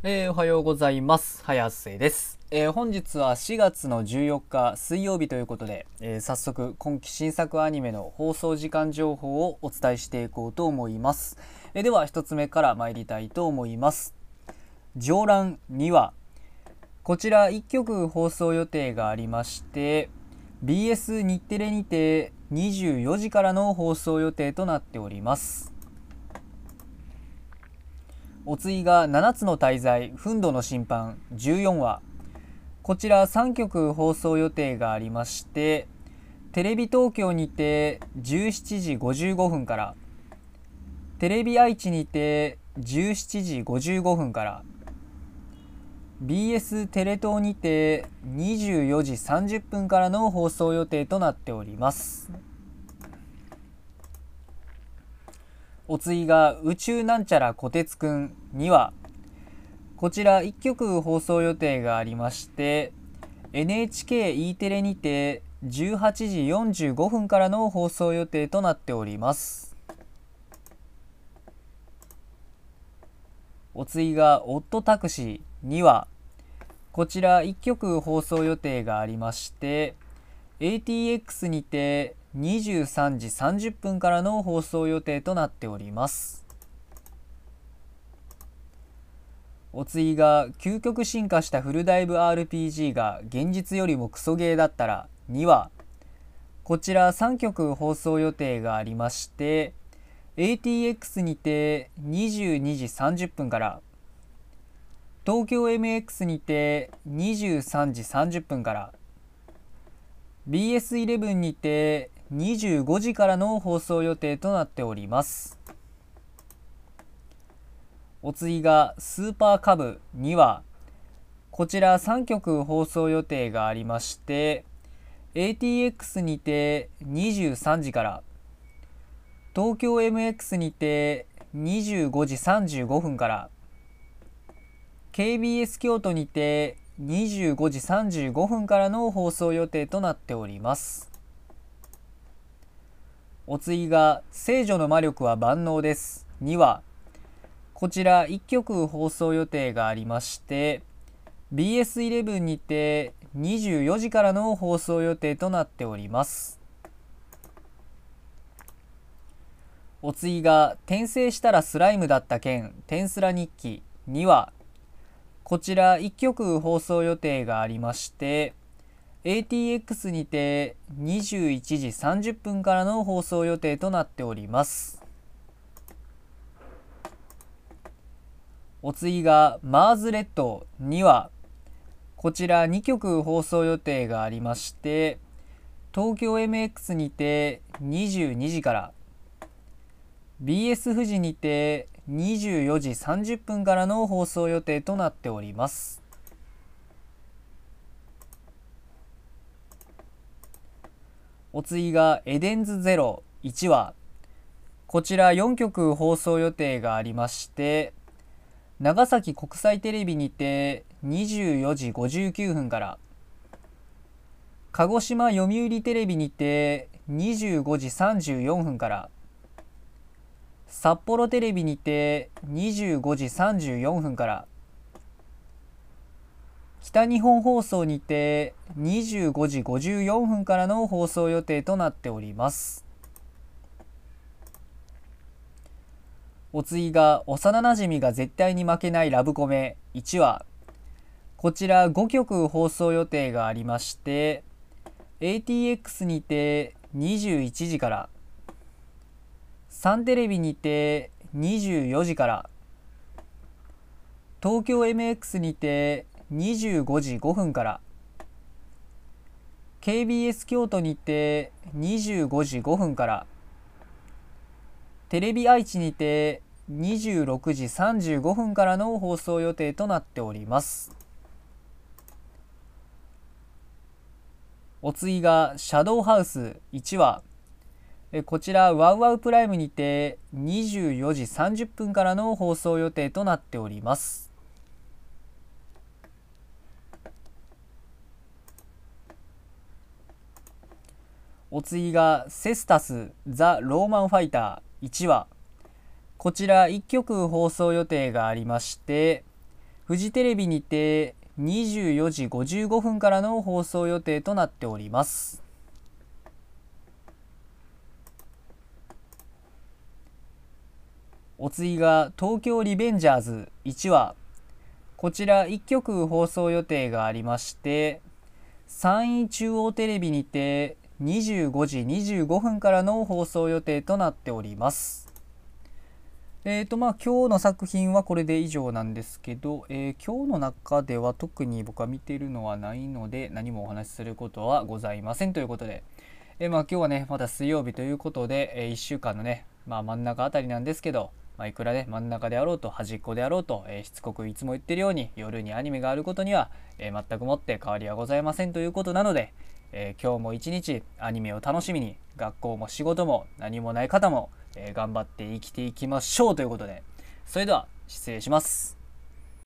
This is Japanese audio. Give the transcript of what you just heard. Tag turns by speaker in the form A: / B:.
A: おはようございます。早瀬です。本日は4月の14日水曜日ということで、早速今期新作アニメの放送時間情報をお伝えしていこうと思います。では一つ目から参りたいと思います。上覧2話、こちら1曲放送予定がありまして、BS 日テレにて24時からの放送予定となっております。お次が7つの大罪憤怒の審判14話、こちら3曲放送予定がありまして、テレビ東京にて17時55分から、テレビ愛知にて17時55分から、 BS テレ東にて24時30分からの放送予定となっております。お次が宇宙なんちゃらこてつくん2話、こちら1曲放送予定がありまして、 NHKE テレにて18時45分からの放送予定となっております。お次がオットタクシー2話、こちら1曲放送予定がありまして、 ATX にて23時30分からの放送予定となっております。お次が究極進化したフルダイブ RPG が現実よりもクソゲーだったら2話、こちら3曲放送予定がありまして、 ATX にて22時30分から、東京 MX にて23時30分から、 BS11 にて25時からの放送予定となっております。お次がスーパーカブ2話、こちら3曲放送予定がありまして、 ATX にて23時から、東京 MX にて25時35分から、 KBS 京都にて25時35分からの放送予定となっております。お次が聖女の魔力は万能です2話、こちら1曲放送予定がありまして、 BS11 にて24時からの放送予定となっております。お次が転生したらスライムだった件転スラ日記2話、こちら1曲放送予定がありまして、 ATX にて21時30分からの放送予定となっております。お次がマーズレッド2話、こちら2曲放送予定がありまして、東京 MX にて22時から、 BS 富士にて24時30分からの放送予定となっております。お次がエデンズゼロ1話、こちら4曲放送予定がありまして、長崎国際テレビにて24時59分から、鹿児島読売テレビにて25時34分から、札幌テレビにて25時34分から、北日本放送にて25時54分からの放送予定となっております。お次が幼なじみが絶対に負けないラブコメ1話、こちら5曲放送予定がありまして、 ATX にて21時から、サンテレビにて24時から、東京 MX にて25時5分から、 KBS 京都にて25時5分から、テレビ愛知にて26時35分からの放送予定となっております。お次がシャドウハウス1話、こちらワウワウプライムにて24時30分からの放送予定となっております。お次がセスタス・ザ・ローマンファイター1話、こちら1曲放送予定がありまして、 フジテレビにて24時55分からの放送予定となっております。お次が東京リベンジャーズ1話。こちら1曲放送予定がありまして、山陰中央テレビにて25時25分からの放送予定となっております。今日の作品はこれで以上なんですけど、今日の中では特に僕は見ているのはないので何もお話しすることはございませんということで、今日はねまた水曜日ということで、1週間のね、真ん中あたりなんですけど、いくらね真ん中であろうと端っこであろうと、しつこくいつも言ってるように夜にアニメがあることには、全くもって変わりはございませんということなので、今日も一日アニメを楽しみに学校も仕事も何もない方も、頑張って生きていきましょうということで、それでは失礼します。